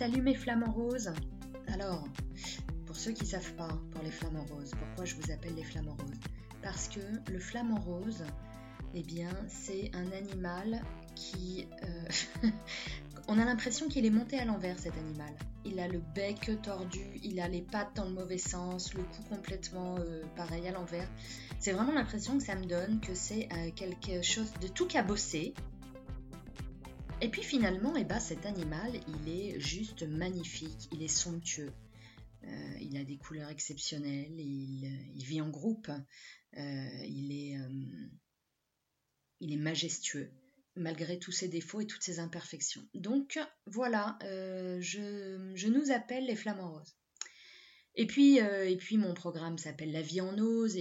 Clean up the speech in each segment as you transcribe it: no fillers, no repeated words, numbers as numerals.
Salut mes flamants roses. Alors, pour ceux qui ne savent pas, pour les flamants roses, pourquoi je vous appelle les flamants roses? Parce que le flamant rose, eh bien, c'est un animal qui... on a l'impression qu'il est monté à l'envers, cet animal. Il a le bec tordu, il a les pattes dans le mauvais sens, le cou complètement pareil à l'envers. C'est vraiment l'impression que ça me donne que c'est quelque chose de tout cabossé. Et puis finalement, cet animal, il est juste magnifique, il est somptueux. Il a des couleurs exceptionnelles, il vit en groupe, il est majestueux, malgré tous ses défauts et toutes ses imperfections. Donc voilà, je nous appelle les flamants roses. Et puis mon programme s'appelle La vie en ose.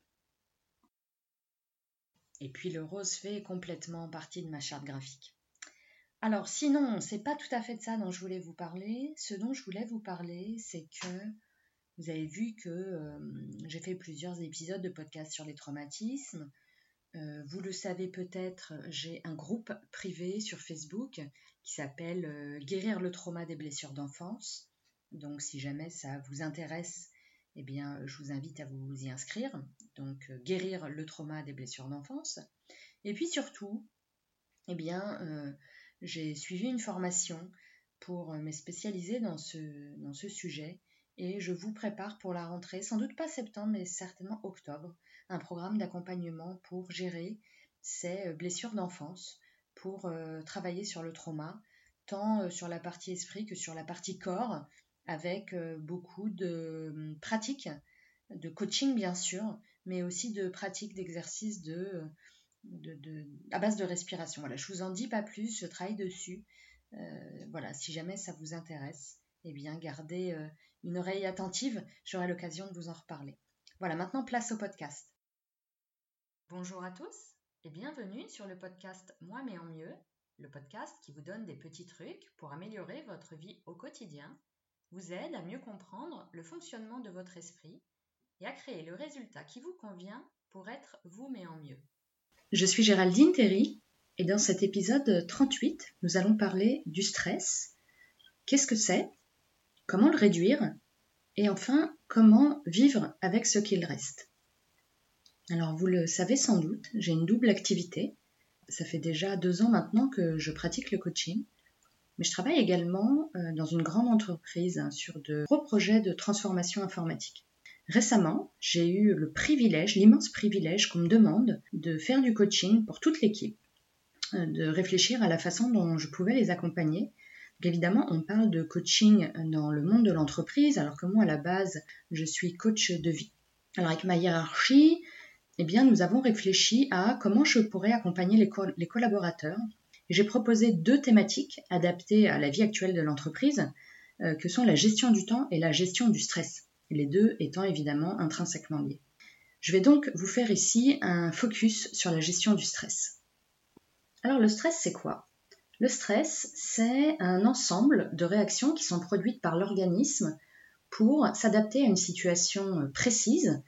Et puis le rose fait complètement partie de ma charte graphique. Alors sinon, c'est pas tout à fait de ça dont je voulais vous parler. Ce dont je voulais vous parler, c'est que vous avez vu que j'ai fait plusieurs épisodes de podcast sur les traumatismes. Vous le savez peut-être, j'ai un groupe privé sur Facebook qui s'appelle Guérir le trauma des blessures d'enfance. Donc si jamais ça vous intéresse, eh bien, je vous invite à vous y inscrire. Donc Guérir le trauma des blessures d'enfance. Et puis surtout, eh bien, j'ai suivi une formation pour me spécialiser dans ce sujet et je vous prépare pour la rentrée, sans doute pas septembre, mais certainement octobre, un programme d'accompagnement pour gérer ces blessures d'enfance, pour travailler sur le trauma, tant sur la partie esprit que sur la partie corps, avec beaucoup de pratiques, de coaching bien sûr, mais aussi de pratiques d'exercices à base de respiration. Voilà, je vous en dis pas plus, je travaille dessus. Voilà, si jamais ça vous intéresse, eh bien gardez une oreille attentive, j'aurai l'occasion de vous en reparler. Voilà, maintenant place au podcast. Bonjour à tous et bienvenue sur le podcast Moi mais en mieux, le podcast qui vous donne des petits trucs pour améliorer votre vie au quotidien, vous aide à mieux comprendre le fonctionnement de votre esprit et à créer le résultat qui vous convient pour être vous mais en mieux. Je suis Géraldine Terry et dans cet épisode 38, nous allons parler du stress. Qu'est-ce que c'est? Comment le réduire? Et enfin, comment vivre avec ce qu'il reste? Alors, vous le savez sans doute, j'ai une double activité. Ça fait déjà 2 ans maintenant que je pratique le coaching. Mais je travaille également dans une grande entreprise sur de gros projets de transformation informatique. Récemment, j'ai eu l'immense privilège qu'on me demande de faire du coaching pour toute l'équipe, de réfléchir à la façon dont je pouvais les accompagner. Donc évidemment, on parle de coaching dans le monde de l'entreprise, alors que moi, à la base, je suis coach de vie. Alors avec ma hiérarchie, eh bien, nous avons réfléchi à comment je pourrais accompagner les collaborateurs. Et j'ai proposé 2 thématiques adaptées à la vie actuelle de l'entreprise, que sont la gestion du temps et la gestion du stress. Les 2 étant évidemment intrinsèquement liés. Je vais donc vous faire ici un focus sur la gestion du stress. Alors le stress, c'est quoi? Le stress, c'est un ensemble de réactions qui sont produites par l'organisme pour s'adapter à une situation précise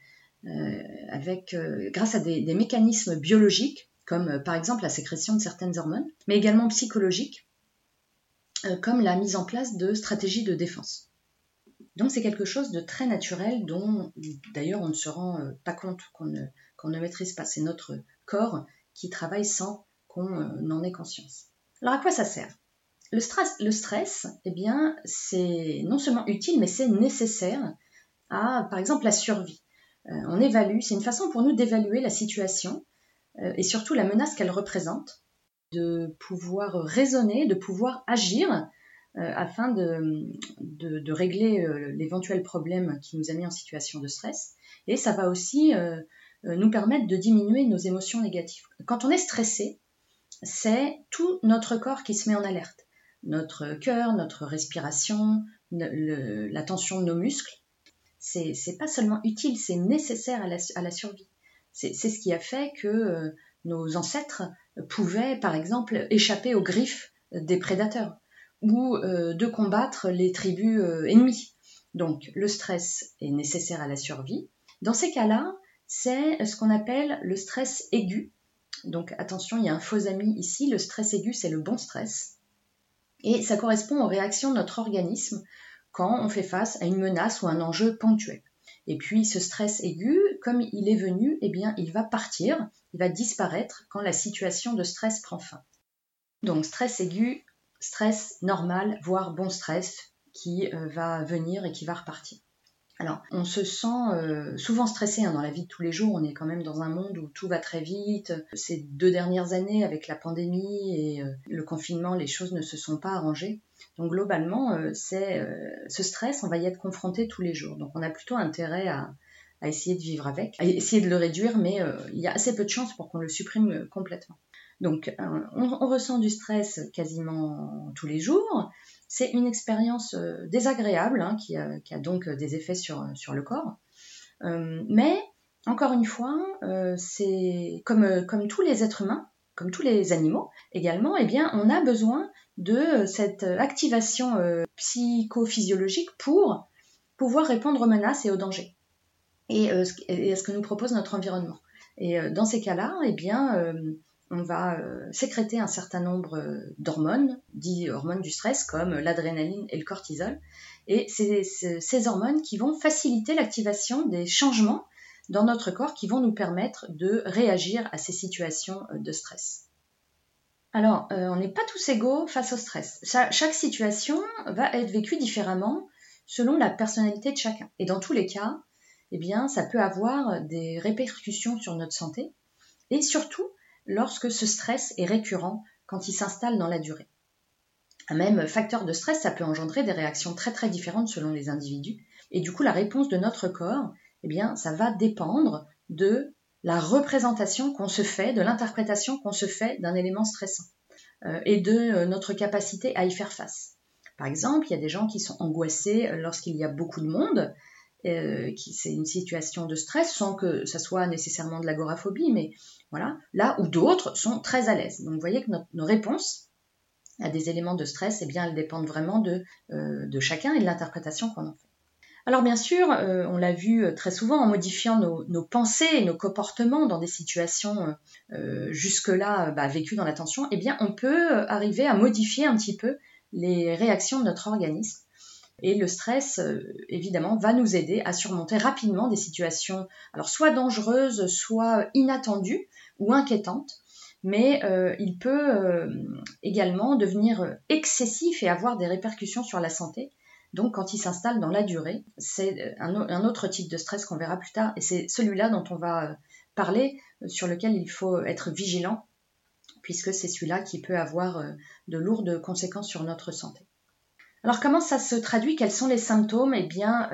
grâce à des mécanismes biologiques, comme par exemple la sécrétion de certaines hormones, mais également psychologiques, comme la mise en place de stratégies de défense. Donc c'est quelque chose de très naturel dont d'ailleurs on ne se rend pas compte, qu'on ne maîtrise pas. C'est notre corps qui travaille sans qu'on en ait conscience. Alors à quoi ça sert? Le stress, eh bien, c'est non seulement utile, mais c'est nécessaire à, par exemple, la survie. On évalue, c'est une façon pour nous d'évaluer la situation et surtout la menace qu'elle représente, de pouvoir raisonner, de pouvoir agir afin de régler l'éventuel problème qui nous a mis en situation de stress. Et ça va aussi nous permettre de diminuer nos émotions négatives. Quand on est stressé, c'est tout notre corps qui se met en alerte. Notre cœur, notre respiration, la tension de nos muscles. C'est pas seulement utile, c'est nécessaire à la survie. C'est ce qui a fait que nos ancêtres pouvaient, par exemple, échapper aux griffes des prédateurs ou de combattre les tribus ennemies. Donc, le stress est nécessaire à la survie. Dans ces cas-là, c'est ce qu'on appelle le stress aigu. Donc, attention, il y a un faux ami ici. Le stress aigu, c'est le bon stress. Et ça correspond aux réactions de notre organisme quand on fait face à une menace ou un enjeu ponctuel. Et puis ce stress aigu, comme il est venu, eh bien, il va partir, il va disparaître quand la situation de stress prend fin. Donc stress aigu, stress normal, voire bon stress qui va venir et qui va repartir. Alors, on se sent souvent stressé dans la vie de tous les jours. On est quand même dans un monde où tout va très vite. Ces 2 dernières années, avec la pandémie et le confinement, les choses ne se sont pas arrangées. Donc globalement, ce stress, on va y être confronté tous les jours. Donc on a plutôt intérêt à essayer de vivre avec, à essayer de le réduire, mais il y a assez peu de chances pour qu'on le supprime complètement. Donc on ressent du stress quasiment tous les jours. C'est une expérience désagréable qui a donc des effets sur le corps. Mais encore une fois, c'est comme tous les êtres humains, comme tous les animaux également, eh bien, on a besoin de cette activation psychophysiologique pour pouvoir répondre aux menaces et aux dangers et à ce que nous propose notre environnement. Et dans ces cas-là, eh bien, on va sécréter un certain nombre d'hormones, dites hormones du stress, comme l'adrénaline et le cortisol. Et c'est ces hormones qui vont faciliter l'activation des changements dans notre corps qui vont nous permettre de réagir à ces situations de stress. Alors, on n'est pas tous égaux face au stress. Chaque situation va être vécue différemment selon la personnalité de chacun. Et dans tous les cas, eh bien, ça peut avoir des répercussions sur notre santé et surtout lorsque ce stress est récurrent quand il s'installe dans la durée. Un même facteur de stress, ça peut engendrer des réactions très très différentes selon les individus. Et du coup, la réponse de notre corps, eh bien, ça va dépendre de la représentation qu'on se fait, de l'interprétation qu'on se fait d'un élément stressant et de notre capacité à y faire face. Par exemple, il y a des gens qui sont angoissés lorsqu'il y a beaucoup de monde, c'est une situation de stress sans que ça soit nécessairement de l'agoraphobie, mais voilà, là où d'autres sont très à l'aise. Donc vous voyez que nos réponses à des éléments de stress, eh bien, elles dépendent vraiment de chacun et de l'interprétation qu'on en fait. Alors bien sûr, on l'a vu très souvent en modifiant nos pensées et nos comportements dans des situations jusque-là vécues dans la tension, eh bien, on peut arriver à modifier un petit peu les réactions de notre organisme. Et le stress, évidemment, va nous aider à surmonter rapidement des situations, alors soit dangereuses, soit inattendues ou inquiétantes, mais il peut également devenir excessif et avoir des répercussions sur la santé. Donc, quand il s'installe dans la durée, c'est un autre type de stress qu'on verra plus tard, et c'est celui-là dont on va parler, sur lequel il faut être vigilant, puisque c'est celui-là qui peut avoir de lourdes conséquences sur notre santé. Alors comment ça se traduit? Quels sont les symptômes? Eh bien,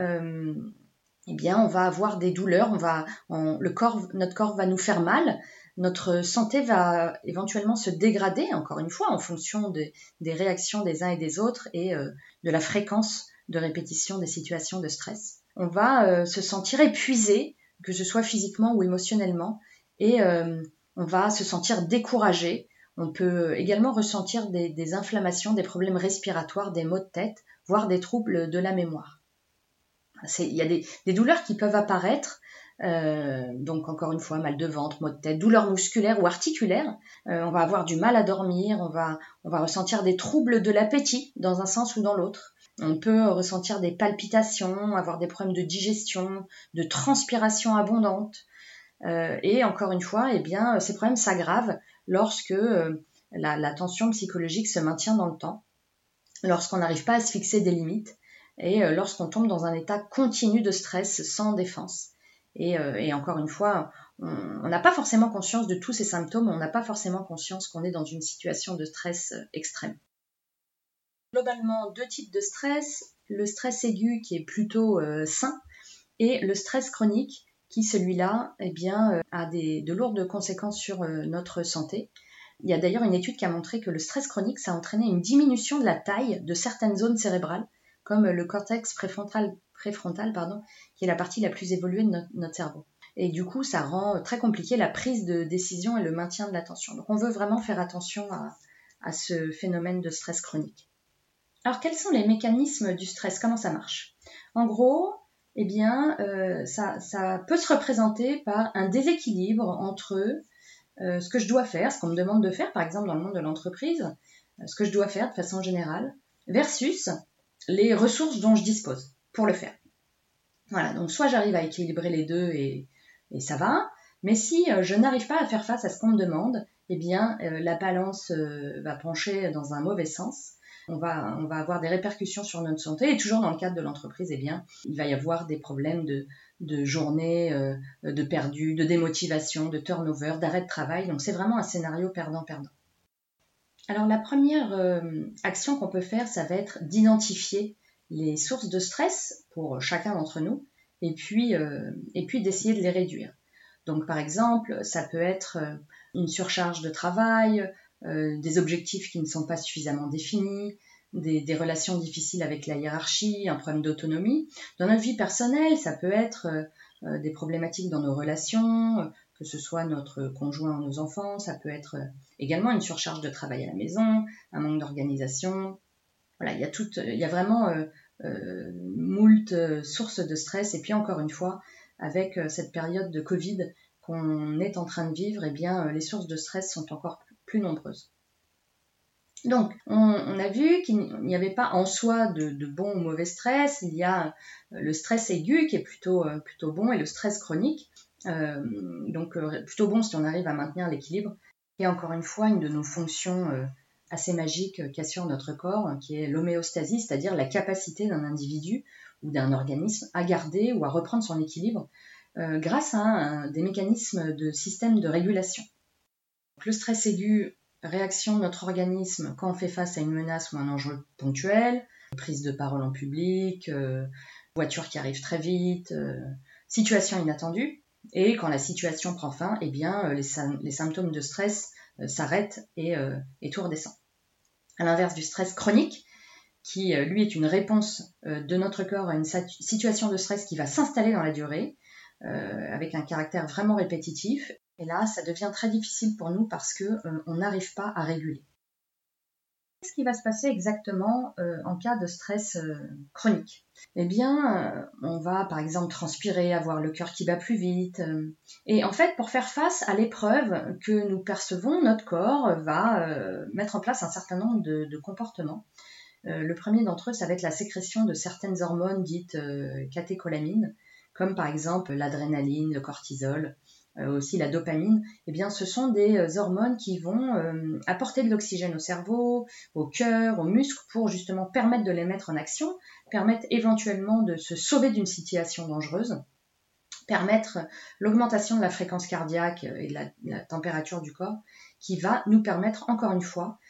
on va avoir des douleurs, notre corps va nous faire mal, notre santé va éventuellement se dégrader, encore une fois, en fonction des réactions des uns et des autres et de la fréquence de répétition des situations de stress. On va se sentir épuisé, que ce soit physiquement ou émotionnellement, et on va se sentir découragé. On peut également ressentir des inflammations, des problèmes respiratoires, des maux de tête, voire des troubles de la mémoire. Il y a des douleurs qui peuvent apparaître, donc encore une fois, mal de ventre, maux de tête, douleurs musculaires ou articulaires. On va avoir du mal à dormir, on va ressentir des troubles de l'appétit dans un sens ou dans l'autre. On peut ressentir des palpitations, avoir des problèmes de digestion, de transpiration abondante. Et encore une fois, eh bien, ces problèmes s'aggravent lorsque la tension psychologique se maintient dans le temps, lorsqu'on n'arrive pas à se fixer des limites et lorsqu'on tombe dans un état continu de stress sans défense. Et encore une fois, on n'a pas forcément conscience de tous ces symptômes, on n'a pas forcément conscience qu'on est dans une situation de stress extrême. Globalement, 2 types de stress, le stress aigu qui est plutôt sain et le stress chronique qui, celui-là, eh bien, a de lourdes conséquences sur notre santé. Il y a d'ailleurs une étude qui a montré que le stress chronique, ça a entraîné une diminution de la taille de certaines zones cérébrales, comme le cortex préfrontal, qui est la partie la plus évoluée de notre cerveau. Et du coup, ça rend très compliqué la prise de décision et le maintien de l'attention. Donc on veut vraiment faire attention à ce phénomène de stress chronique. Alors quels sont les mécanismes du stress? Comment ça marche? En gros, eh bien, ça peut se représenter par un déséquilibre entre ce que je dois faire, ce qu'on me demande de faire, par exemple dans le monde de l'entreprise, ce que je dois faire de façon générale, versus les ressources dont je dispose pour le faire. Voilà, donc soit j'arrive à équilibrer les deux et ça va, mais si je n'arrive pas à faire face à ce qu'on me demande, eh bien la balance va pencher dans un mauvais sens. On va avoir des répercussions sur notre santé, et toujours dans le cadre de l'entreprise, eh bien, il va y avoir des problèmes de journée, de perdu, de démotivation, de turnover, d'arrêt de travail. Donc c'est vraiment un scénario perdant-perdant. Alors la première action qu'on peut faire, ça va être d'identifier les sources de stress pour chacun d'entre nous, et puis d'essayer de les réduire. Donc par exemple, ça peut être une surcharge de travail, des objectifs qui ne sont pas suffisamment définis, des relations difficiles avec la hiérarchie, un problème d'autonomie. Dans notre vie personnelle, ça peut être des problématiques dans nos relations, que ce soit notre conjoint ou nos enfants, ça peut être également une surcharge de travail à la maison, un manque d'organisation. Voilà, il y a vraiment moult sources de stress. Et puis encore une fois, avec cette période de Covid qu'on est en train de vivre, eh bien, les sources de stress sont encore plus nombreuses. Donc, on a vu qu'il n'y avait pas en soi de bon ou mauvais stress. Il y a le stress aigu qui est plutôt bon, et le stress chronique. Plutôt bon si on arrive à maintenir l'équilibre. Et encore une fois, une de nos fonctions assez magiques qu'assure notre corps, qui est l'homéostasie, c'est-à-dire la capacité d'un individu ou d'un organisme à garder ou à reprendre son équilibre grâce à des mécanismes de système de régulation. Donc, le stress aigu, réaction de notre organisme quand on fait face à une menace ou un enjeu ponctuel, prise de parole en public, voiture qui arrive très vite, situation inattendue. Et quand la situation prend fin, eh bien, les symptômes de stress s'arrêtent et tout redescend. À l'inverse du stress chronique, qui lui est une réponse de notre corps à une situation de stress qui va s'installer dans la durée, avec un caractère vraiment répétitif. Et là, ça devient très difficile pour nous parce qu'on n'arrive pas à réguler. Qu'est-ce qui va se passer exactement en cas de stress chronique ? Eh bien, on va par exemple transpirer, avoir le cœur qui bat plus vite. Et en fait, pour faire face à l'épreuve que nous percevons, notre corps va mettre en place un certain nombre de comportements. Le premier d'entre eux, ça va être la sécrétion de certaines hormones dites catécholamines, comme par exemple l'adrénaline, le cortisol, aussi la dopamine. Eh bien, ce sont des hormones qui vont apporter de l'oxygène au cerveau, au cœur, aux muscles, pour justement permettre de les mettre en action, permettre éventuellement de se sauver d'une situation dangereuse, permettre l'augmentation de la fréquence cardiaque et de la température du corps, qui va nous permettre, encore une fois,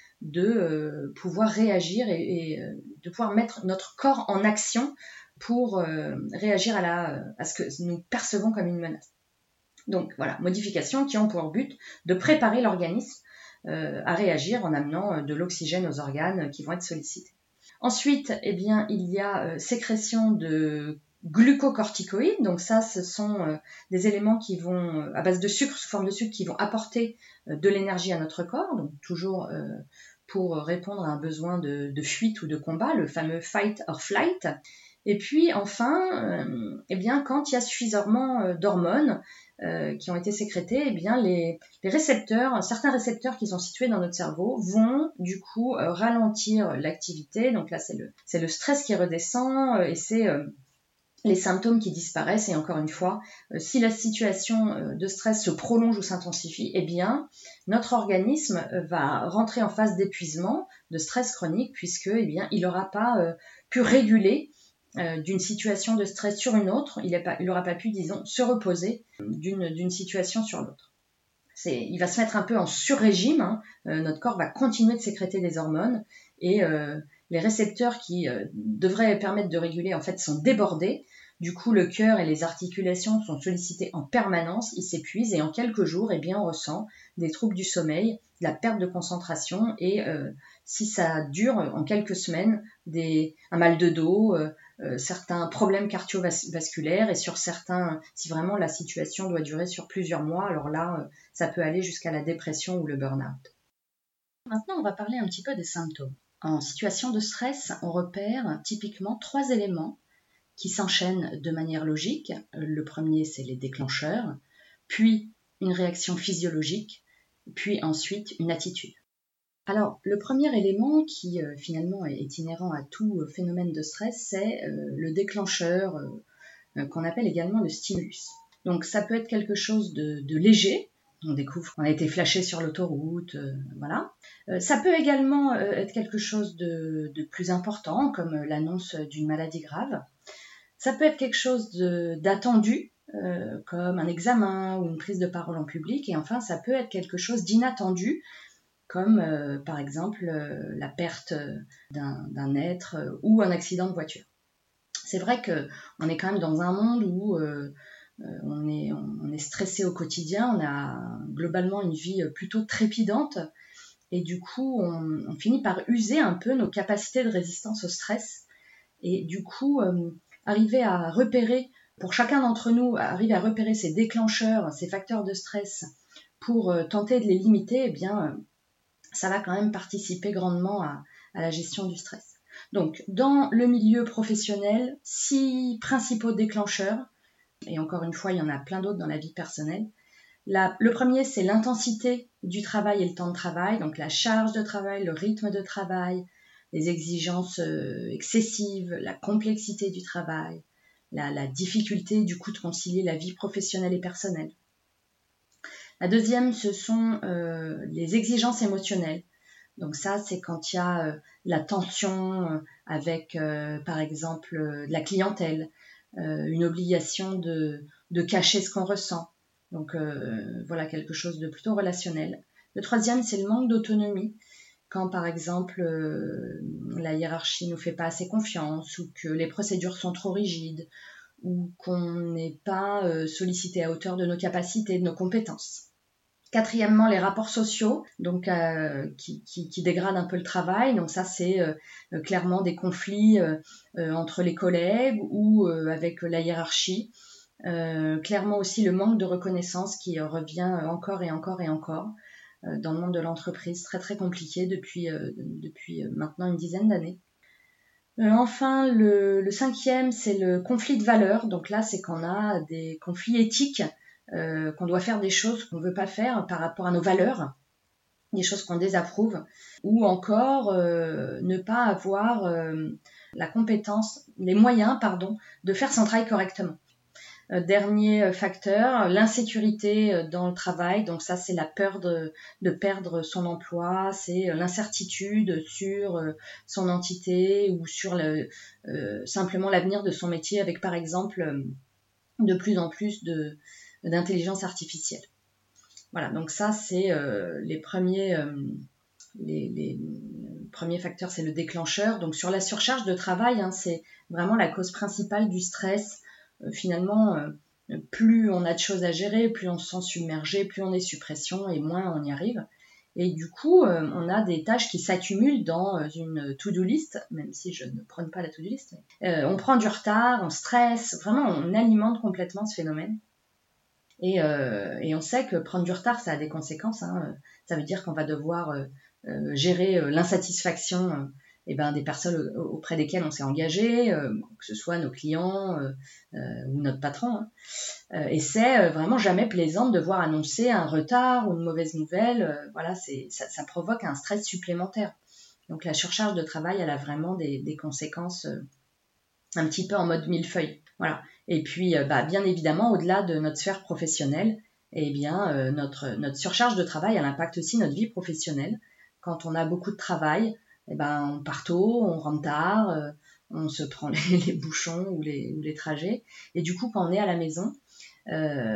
de pouvoir réagir et de pouvoir mettre notre corps en action pour réagir à ce que nous percevons comme une menace. Donc voilà, modifications qui ont pour but de préparer l'organisme à réagir en amenant de l'oxygène aux organes qui vont être sollicités. Ensuite, eh bien, il y a sécrétion de glucocorticoïdes. Donc ça, ce sont des éléments qui vont, à base de sucre, sous forme de sucre, qui vont apporter de l'énergie à notre corps, donc toujours pour répondre à un besoin de fuite ou de combat, le fameux fight or flight. Et puis enfin, eh bien, quand il y a suffisamment d'hormones qui ont été sécrétées, eh bien, les récepteurs, certains récepteurs qui sont situés dans notre cerveau vont du coup ralentir l'activité. Donc là, c'est le stress qui redescend et c'est les symptômes qui disparaissent. Et encore une fois, si la situation de stress se prolonge ou s'intensifie, eh bien, notre organisme va rentrer en phase d'épuisement, de stress chronique, puisque eh bien, il n'aura pas pu réguler d'une situation de stress sur une autre, il n'aura pas pu, disons, se reposer d'une situation sur l'autre. Il va se mettre un peu en sur-régime, hein. Notre corps va continuer de sécréter des hormones et les récepteurs qui devraient permettre de réguler, en fait, sont débordés. Du coup, le cœur et les articulations sont sollicités en permanence, ils s'épuisent et en quelques jours, eh bien, on ressent des troubles du sommeil, de la perte de concentration et si ça dure en quelques semaines, un mal de dos, certains problèmes cardiovasculaires et sur certains, si vraiment la situation doit durer sur plusieurs mois, alors là, ça peut aller jusqu'à la dépression ou le burn-out. Maintenant, on va parler un petit peu des symptômes. En situation de stress, on repère typiquement 3 éléments qui s'enchaînent de manière logique. Le premier, c'est les déclencheurs, puis une réaction physiologique, puis ensuite une attitude. Alors, le premier élément qui finalement est inhérent à tout phénomène de stress, c'est le déclencheur qu'on appelle également le stimulus. Donc, ça peut être quelque chose de léger. On découvre qu'on a été flashé sur l'autoroute, voilà. Ça peut également être quelque chose de plus important, comme l'annonce d'une maladie grave. Ça peut être quelque chose d'attendu, comme un examen ou une prise de parole en public. Et enfin, ça peut être quelque chose d'inattendu, comme par exemple la perte d'un être ou un accident de voiture. C'est vrai qu'on est quand même dans un monde où on est stressé au quotidien, on a globalement une vie plutôt trépidante et du coup on finit par user un peu nos capacités de résistance au stress et du coup arriver à repérer, pour chacun d'entre nous, arriver à repérer ces déclencheurs, ces facteurs de stress pour tenter de les limiter, eh bien ça va quand même participer grandement à la gestion du stress. Donc dans le milieu professionnel, 6 principaux déclencheurs. Et encore une fois, il y en a plein d'autres dans la vie personnelle. Le premier, c'est l'intensité du travail et le temps de travail, donc la charge de travail, le rythme de travail, les exigences excessives, la complexité du travail, la difficulté du coup de concilier la vie professionnelle et personnelle. La deuxième, ce sont les exigences émotionnelles. Donc ça, c'est quand il y a la tension avec, par exemple, la clientèle, une obligation de cacher ce qu'on ressent. Donc voilà, quelque chose de plutôt relationnel. Le troisième, c'est le manque d'autonomie. Quand par exemple la hiérarchie nous fait pas assez confiance ou que les procédures sont trop rigides ou qu'on n'est pas sollicité à hauteur de nos capacités, de nos compétences. Quatrièmement, les rapports sociaux, donc qui dégradent un peu le travail. Donc ça, c'est clairement des conflits entre les collègues ou avec la hiérarchie. Clairement aussi le manque de reconnaissance qui revient encore et encore et encore dans le monde de l'entreprise, très très compliqué depuis maintenant une dizaine d'années. Enfin, le cinquième, c'est le conflit de valeurs. Donc là, c'est qu'on a des conflits éthiques, qu'on doit faire des choses qu'on ne veut pas faire par rapport à nos valeurs, des choses qu'on désapprouve, ou encore ne pas avoir la compétence, les moyens, de faire son travail correctement. Dernier facteur, l'insécurité dans le travail. Donc ça, c'est la peur de perdre son emploi, c'est l'incertitude sur son entité ou sur simplement l'avenir de son métier avec, par exemple, de plus en plus d'intelligence artificielle. Voilà, donc ça, c'est les premiers facteurs, c'est le déclencheur. Donc sur la surcharge de travail, c'est vraiment la cause principale du stress. Finalement, plus on a de choses à gérer, plus on se sent submergé, plus on est sous pression et moins on y arrive. Et du coup, on a des tâches qui s'accumulent dans une to-do list, même si je ne prône pas la to-do list. On prend du retard, on stresse, vraiment on alimente complètement ce phénomène. Et on sait que prendre du retard, ça a des conséquences. Ça veut dire qu'on va devoir gérer l'insatisfaction des personnes auprès desquelles on s'est engagé, que ce soit nos clients ou notre patron. Et c'est vraiment jamais plaisant de devoir annoncer un retard ou une mauvaise nouvelle. Voilà, ça provoque un stress supplémentaire. Donc la surcharge de travail, elle a vraiment des conséquences un petit peu en mode millefeuille. Voilà. Et puis, bien évidemment, au-delà de notre sphère professionnelle, notre surcharge de travail, elle impacte aussi notre vie professionnelle. Quand on a beaucoup de travail, on part tôt, on rentre tard, on se prend les bouchons ou les trajets. Et du coup, quand on est à la maison, dans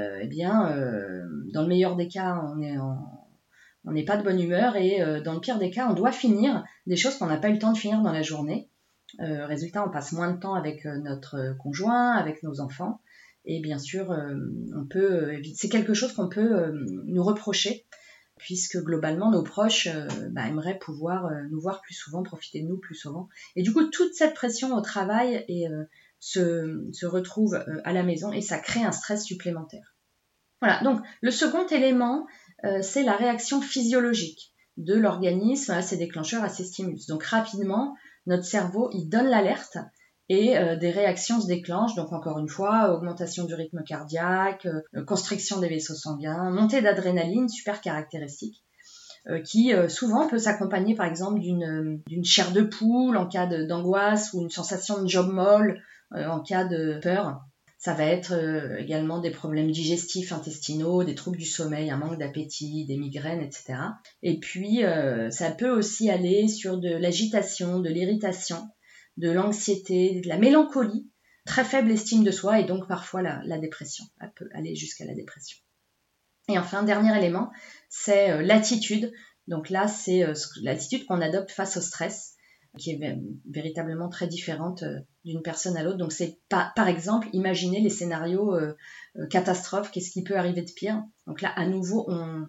le meilleur des cas, on n'est pas de bonne humeur et dans le pire des cas, on doit finir des choses qu'on n'a pas eu le temps de finir dans la journée. Résultat, on passe moins de temps avec notre conjoint, avec nos enfants. Et bien sûr, c'est quelque chose qu'on peut nous reprocher, puisque globalement, nos proches aimeraient pouvoir nous voir plus souvent, profiter de nous plus souvent. Et du coup, toute cette pression au travail se retrouve à la maison et ça crée un stress supplémentaire. Voilà, donc le second élément, c'est la réaction physiologique de l'organisme à ces déclencheurs, à ces stimulus. Donc rapidement, notre cerveau, il donne l'alerte et des réactions se déclenchent. Donc encore une fois, augmentation du rythme cardiaque, constriction des vaisseaux sanguins, montée d'adrénaline, super caractéristique. qui souvent peut s'accompagner par exemple d'une chair de poule en cas d'angoisse ou une sensation de jambe molle en cas de peur. Ça va être également des problèmes digestifs, intestinaux, des troubles du sommeil, un manque d'appétit, des migraines, etc. Et puis, ça peut aussi aller sur de l'agitation, de l'irritation, de l'anxiété, de la mélancolie, très faible estime de soi et donc parfois la dépression. Elle peut aller jusqu'à la dépression. Et enfin, dernier élément, c'est l'attitude. Donc là, c'est l'attitude qu'on adopte face au stress, qui est véritablement très différente d'une personne à l'autre. Donc c'est par exemple, imaginez les scénarios catastrophes, qu'est-ce qui peut arriver de pire. Donc là, à nouveau,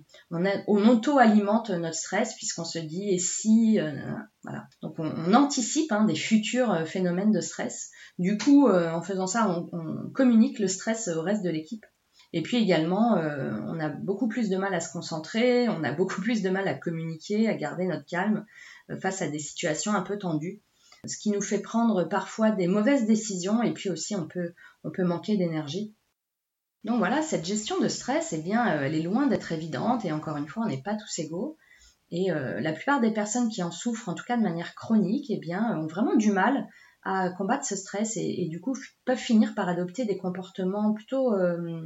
on auto-alimente notre stress puisqu'on se dit, et si... voilà. Donc on anticipe des futurs phénomènes de stress. Du coup, en faisant ça, on communique le stress au reste de l'équipe. Et puis également, on a beaucoup plus de mal à se concentrer, on a beaucoup plus de mal à communiquer, à garder notre calme face à des situations un peu tendues, ce qui nous fait prendre parfois des mauvaises décisions et puis aussi on peut manquer d'énergie. Donc voilà, cette gestion de stress, elle est loin d'être évidente et encore une fois, on n'est pas tous égaux. Et la plupart des personnes qui en souffrent, en tout cas de manière chronique, ont vraiment du mal à combattre ce stress et du coup peuvent finir par adopter des comportements plutôt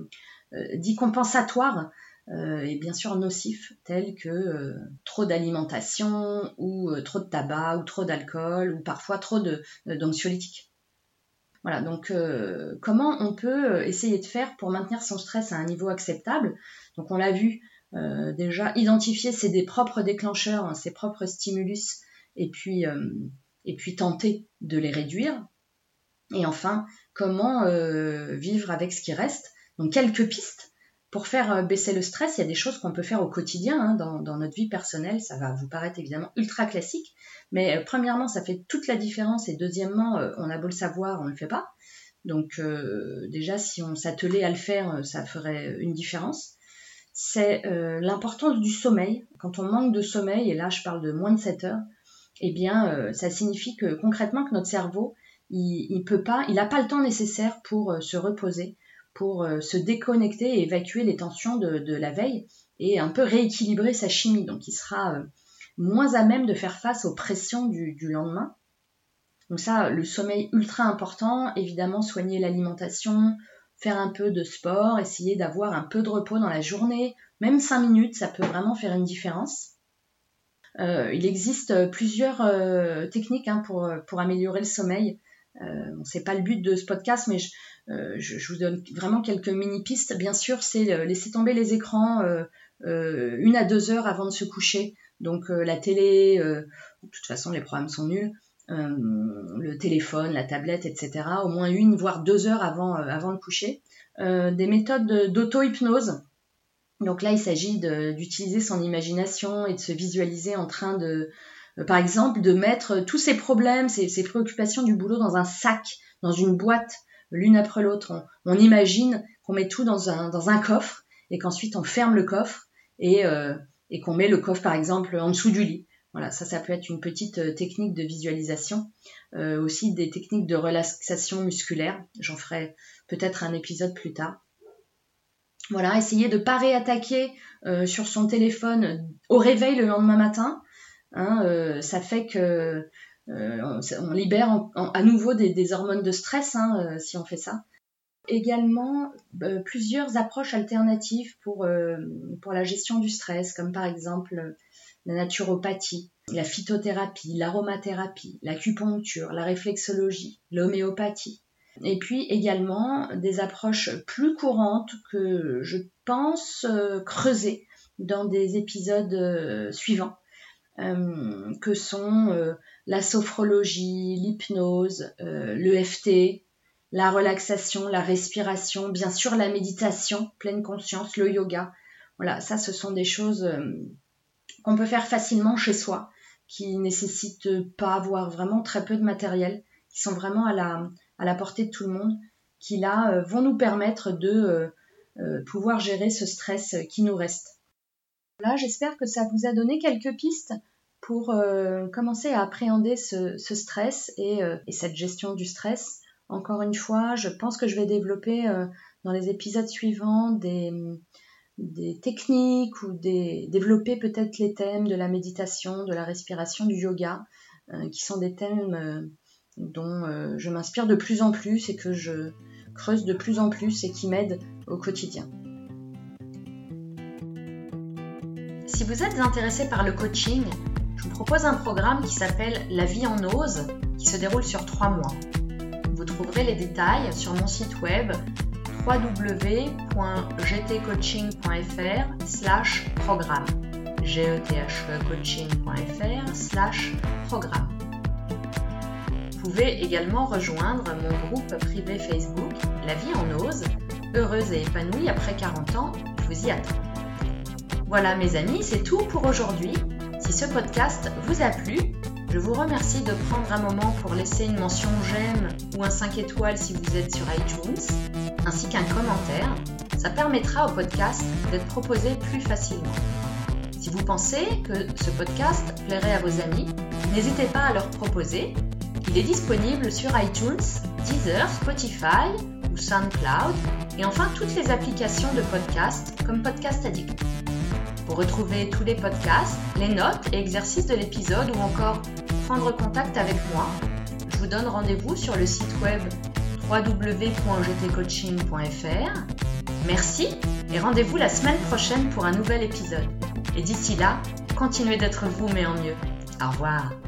dits compensatoires et bien sûr nocifs, tels que trop d'alimentation ou trop de tabac ou trop d'alcool ou parfois trop d'anxiolytiques. Voilà, donc comment on peut essayer de faire pour maintenir son stress à un niveau acceptable? Donc on l'a vu, déjà identifier ses propres déclencheurs, ses propres stimulus et puis tenter de les réduire. Et enfin, comment vivre avec ce qui reste? Donc quelques pistes pour faire baisser le stress. Il y a des choses qu'on peut faire au quotidien dans notre vie personnelle. Ça va vous paraître évidemment ultra classique, mais premièrement, ça fait toute la différence et deuxièmement, on a beau le savoir, on ne le fait pas. Donc déjà, si on s'attelait à le faire, ça ferait une différence. C'est l'importance du sommeil. Quand on manque de sommeil, et là je parle de moins de 7 heures, eh bien ça signifie que concrètement que notre cerveau, il n'a pas le temps nécessaire pour se reposer, pour se déconnecter et évacuer les tensions de la veille et un peu rééquilibrer sa chimie. Donc il sera moins à même de faire face aux pressions du lendemain. Donc ça, le sommeil ultra important, évidemment soigner l'alimentation, faire un peu de sport, essayer d'avoir un peu de repos dans la journée, même 5 minutes, ça peut vraiment faire une différence. Il existe plusieurs techniques pour améliorer le sommeil. C'est pas le but de ce podcast, mais je vous donne vraiment quelques mini-pistes. Bien sûr, c'est laisser tomber les écrans 1 à 2 heures avant de se coucher. Donc la télé, de toute façon les programmes sont nuls, le téléphone, la tablette, etc. Au moins 1 voire 2 heures avant le coucher. Des méthodes d'auto-hypnose. Donc là, il s'agit d'utiliser son imagination et de se visualiser en train de, par exemple, de mettre tous ses problèmes, ses préoccupations du boulot dans un sac, dans une boîte, l'une après l'autre. On imagine qu'on met tout dans un coffre et qu'ensuite on ferme le coffre et qu'on met le coffre, par exemple, en dessous du lit. Voilà, ça peut être une petite technique de visualisation. Aussi des techniques de relaxation musculaire. J'en ferai peut-être un épisode plus tard. Voilà, essayer de ne pas réattaquer sur son téléphone au réveil le lendemain matin. Ça fait que on libère à nouveau des hormones de stress si on fait ça. Également, plusieurs approches alternatives pour la gestion du stress, comme par exemple la naturopathie, la phytothérapie, l'aromathérapie, l'acupuncture, la réflexologie, l'homéopathie. Et puis également des approches plus courantes que je pense creuser dans des épisodes suivants, que sont la sophrologie, l'hypnose, l'EFT, la relaxation, la respiration, bien sûr la méditation, pleine conscience, le yoga. Voilà, ça ce sont des choses qu'on peut faire facilement chez soi, qui ne nécessitent pas, voire vraiment très peu de matériel, qui sont vraiment à la portée de tout le monde, qui là vont nous permettre de pouvoir gérer ce stress qui nous reste. Là, j'espère que ça vous a donné quelques pistes pour commencer à appréhender ce stress et cette gestion du stress. Encore une fois, je pense que je vais développer dans les épisodes suivants techniques ou développer peut-être les thèmes de la méditation, de la respiration, du yoga, qui sont des thèmes dont je m'inspire de plus en plus et que je creuse de plus en plus et qui m'aident au quotidien. Si vous êtes intéressé par le coaching, je vous propose un programme qui s'appelle La vie en ose, qui se déroule sur 3 mois. Vous trouverez les détails sur mon site web www.gtcoaching.fr/programme gtcoaching.fr/programme. Vous pouvez également rejoindre mon groupe privé Facebook La vie en ose, heureuse et épanouie après 40 ans, je vous y attends. Voilà mes amis, c'est tout pour aujourd'hui. Si ce podcast vous a plu, je vous remercie de prendre un moment pour laisser une mention j'aime ou un 5 étoiles si vous êtes sur iTunes, ainsi qu'un commentaire. Ça permettra au podcast d'être proposé plus facilement. Si vous pensez que ce podcast plairait à vos amis, n'hésitez pas à leur proposer. Il est disponible sur iTunes, Deezer, Spotify ou SoundCloud et enfin toutes les applications de podcast comme Podcast Addict. Pour retrouver tous les podcasts, les notes et exercices de l'épisode ou encore prendre contact avec moi, je vous donne rendez-vous sur le site web www.gtcoaching.fr. Merci et rendez-vous la semaine prochaine pour un nouvel épisode. Et d'ici là, continuez d'être vous mais en mieux. Au revoir.